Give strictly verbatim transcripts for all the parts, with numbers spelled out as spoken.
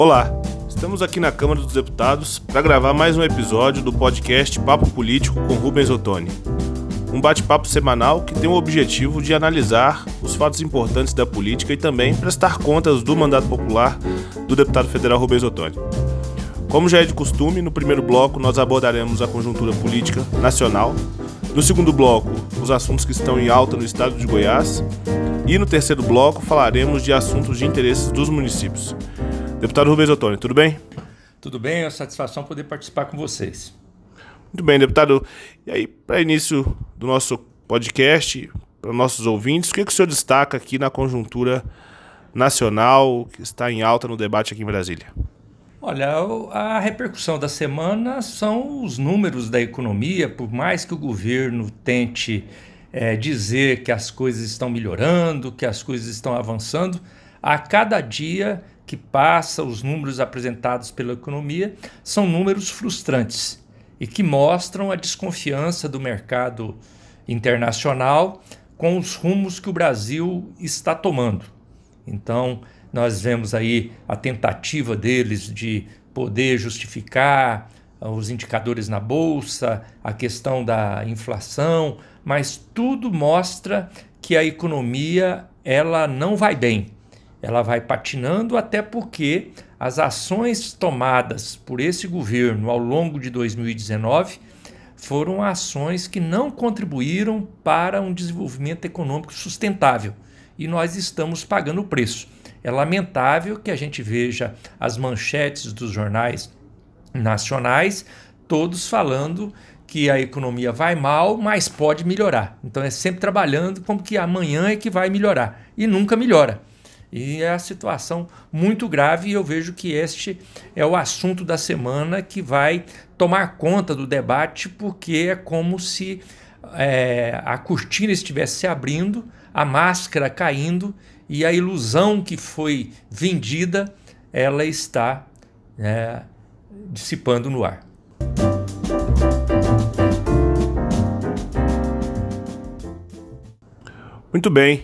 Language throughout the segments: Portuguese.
Olá, estamos aqui na Câmara dos Deputados para gravar mais um episódio do podcast Papo Político com Rubens Ottoni. Um bate-papo semanal que tem o objetivo de analisar os fatos importantes da política e também prestar contas do mandato popular do deputado federal Rubens Ottoni. Como já é de costume, no primeiro bloco nós abordaremos a conjuntura política nacional, no segundo bloco, os assuntos que estão em alta no estado de Goiás, e no terceiro bloco falaremos de assuntos de interesse dos municípios. Deputado Rubens Ottoni, tudo bem? Tudo bem, é uma satisfação poder participar com vocês. Muito bem, deputado. E aí, para início do nosso podcast, para nossos ouvintes, o que, que o senhor destaca aqui na conjuntura nacional que está em alta no debate aqui em Brasília? Olha, a repercussão da semana são os números da economia. Por mais que o governo tente é, dizer que as coisas estão melhorando, que as coisas estão avançando, a cada dia que passa, os números apresentados pela economia são números frustrantes e que mostram a desconfiança do mercado internacional com os rumos que o Brasil está tomando. Então, nós vemos aí a tentativa deles de poder justificar os indicadores na Bolsa, a questão da inflação, mas tudo mostra que a economia ela não vai bem. Ela vai patinando, até porque as ações tomadas por esse governo ao longo de dois mil e dezenove foram ações que não contribuíram para um desenvolvimento econômico sustentável. E nós estamos pagando o preço. É lamentável que a gente veja as manchetes dos jornais nacionais, todos falando que a economia vai mal, mas pode melhorar. Então é sempre trabalhando como que amanhã é que vai melhorar. E nunca melhora. E é a situação muito grave e eu vejo que este é o assunto da semana que vai tomar conta do debate, porque é como se é, a cortina estivesse se abrindo, a máscara caindo e a ilusão que foi vendida, ela está é, dissipando no ar. Muito bem.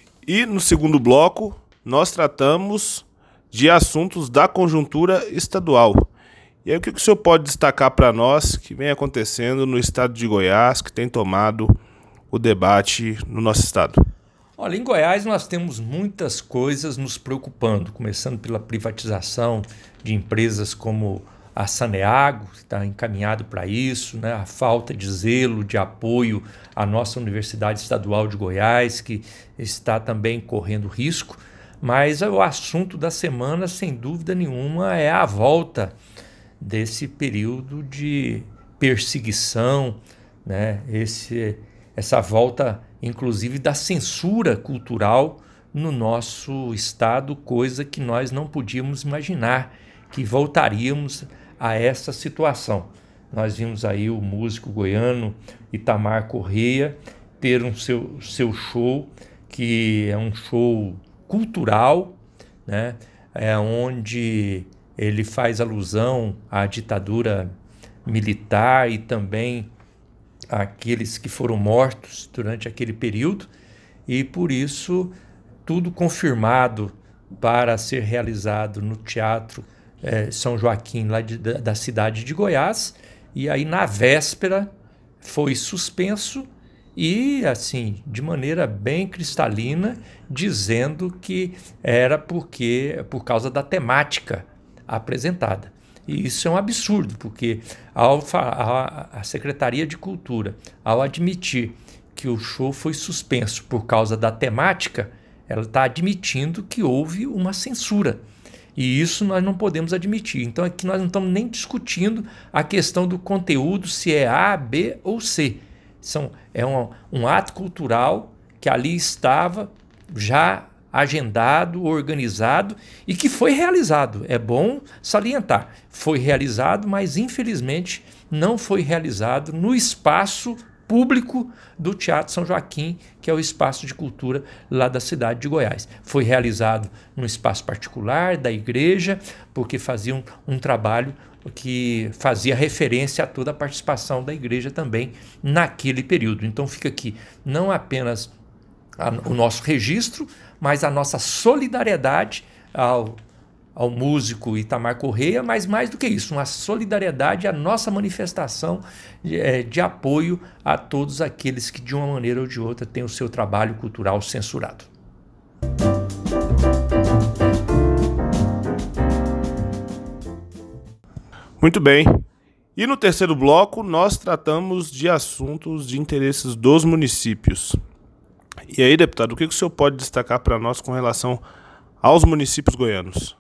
E no segundo bloco, nós tratamos de assuntos da conjuntura estadual. E aí o que o senhor pode destacar para nós que vem acontecendo no estado de Goiás, que tem tomado o debate no nosso estado? Olha, em Goiás nós temos muitas coisas nos preocupando, começando pela privatização de empresas como a Saneago, que está encaminhado para isso, né? A falta de zelo, de apoio à nossa Universidade Estadual de Goiás, que está também correndo risco. Mas o assunto da semana, sem dúvida nenhuma, é a volta desse período de perseguição, né? Esse, essa volta, inclusive, da censura cultural no nosso estado, coisa que nós não podíamos imaginar, que voltaríamos a essa situação. Nós vimos aí o músico goiano Itamar Corrêa ter um seu, seu show, que é um show cultural, né? É onde ele faz alusão à ditadura militar e também àqueles que foram mortos durante aquele período, e por isso tudo confirmado para ser realizado no Teatro é, São Joaquim, lá de, da, da cidade de Goiás, e aí na véspera foi suspenso e, assim, de maneira bem cristalina, dizendo que era porque, por causa da temática apresentada. E isso é um absurdo, porque ao, a, a Secretaria de Cultura, ao admitir que o show foi suspenso por causa da temática, ela está admitindo que houve uma censura. E isso nós não podemos admitir. Então aqui nós não estamos nem discutindo a questão do conteúdo, se é A, B ou C. São, é um, um ato cultural que ali estava já agendado, organizado e que foi realizado. É bom salientar. Foi realizado, mas infelizmente não foi realizado no espaço público do Teatro São Joaquim, que é o espaço de cultura lá da cidade de Goiás. Foi realizado num espaço particular da igreja, porque fazia um, um trabalho que fazia referência a toda a participação da igreja também naquele período. Então fica aqui não apenas a, o nosso registro, mas a nossa solidariedade ao ao músico Itamar Correia, mas mais do que isso, uma solidariedade, a nossa manifestação de, é, de apoio a todos aqueles que de uma maneira ou de outra têm o seu trabalho cultural censurado. Muito bem. E no terceiro bloco, nós tratamos de assuntos de interesses dos municípios. E aí, deputado, o que o senhor pode destacar para nós com relação aos municípios goianos?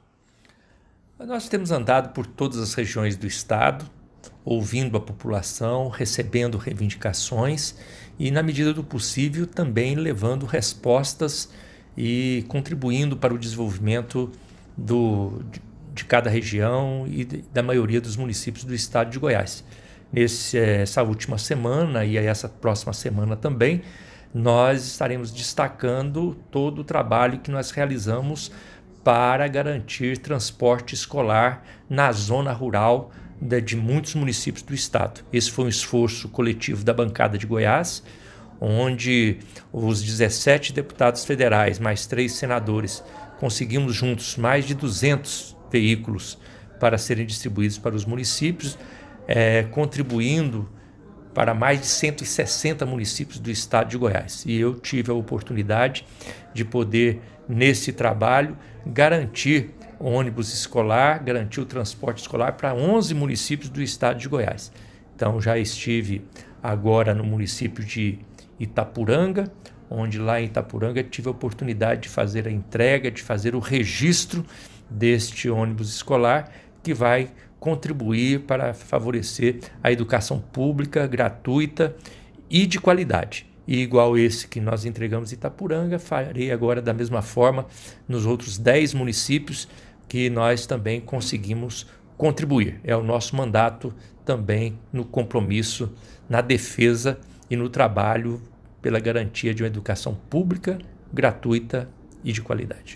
Nós temos andado por todas as regiões do estado, ouvindo a população, recebendo reivindicações e, na medida do possível, também levando respostas e contribuindo para o desenvolvimento do, de, de cada região e de, da maioria dos municípios do estado de Goiás. Nesse, essa última semana e essa próxima semana também, nós estaremos destacando todo o trabalho que nós realizamos para garantir transporte escolar na zona rural de, de muitos municípios do estado. Esse foi um esforço coletivo da bancada de Goiás, onde os dezessete deputados federais, mais três senadores, conseguimos juntos mais de duzentos veículos para serem distribuídos para os municípios, é, contribuindo para mais de cento e sessenta municípios do estado de Goiás. E eu tive a oportunidade de poder, nesse trabalho, garantir o ônibus escolar, garantir o transporte escolar para onze municípios do estado de Goiás. Então já estive agora no município de Itapuranga, onde lá em Itapuranga tive a oportunidade de fazer a entrega, de fazer o registro deste ônibus escolar, que vai contribuir para favorecer a educação pública, gratuita e de qualidade. E igual esse que nós entregamos em Itapuranga, farei agora da mesma forma nos outros dez municípios que nós também conseguimos contribuir. É o nosso mandato também no compromisso, na defesa e no trabalho pela garantia de uma educação pública, gratuita e de qualidade.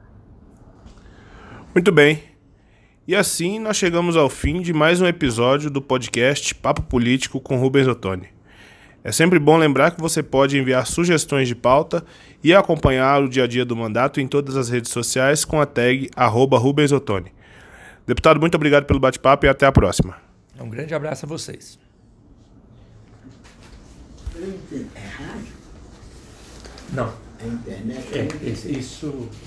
Muito bem. E assim nós chegamos ao fim de mais um episódio do podcast Papo Político com Rubens Ottoni. É sempre bom lembrar que você pode enviar sugestões de pauta e acompanhar o dia a dia do mandato em todas as redes sociais com a tag arroba Rubens Ottoni. Deputado, muito obrigado pelo bate-papo e até a próxima. Um grande abraço a vocês. É rádio? Não. É internet? É, isso...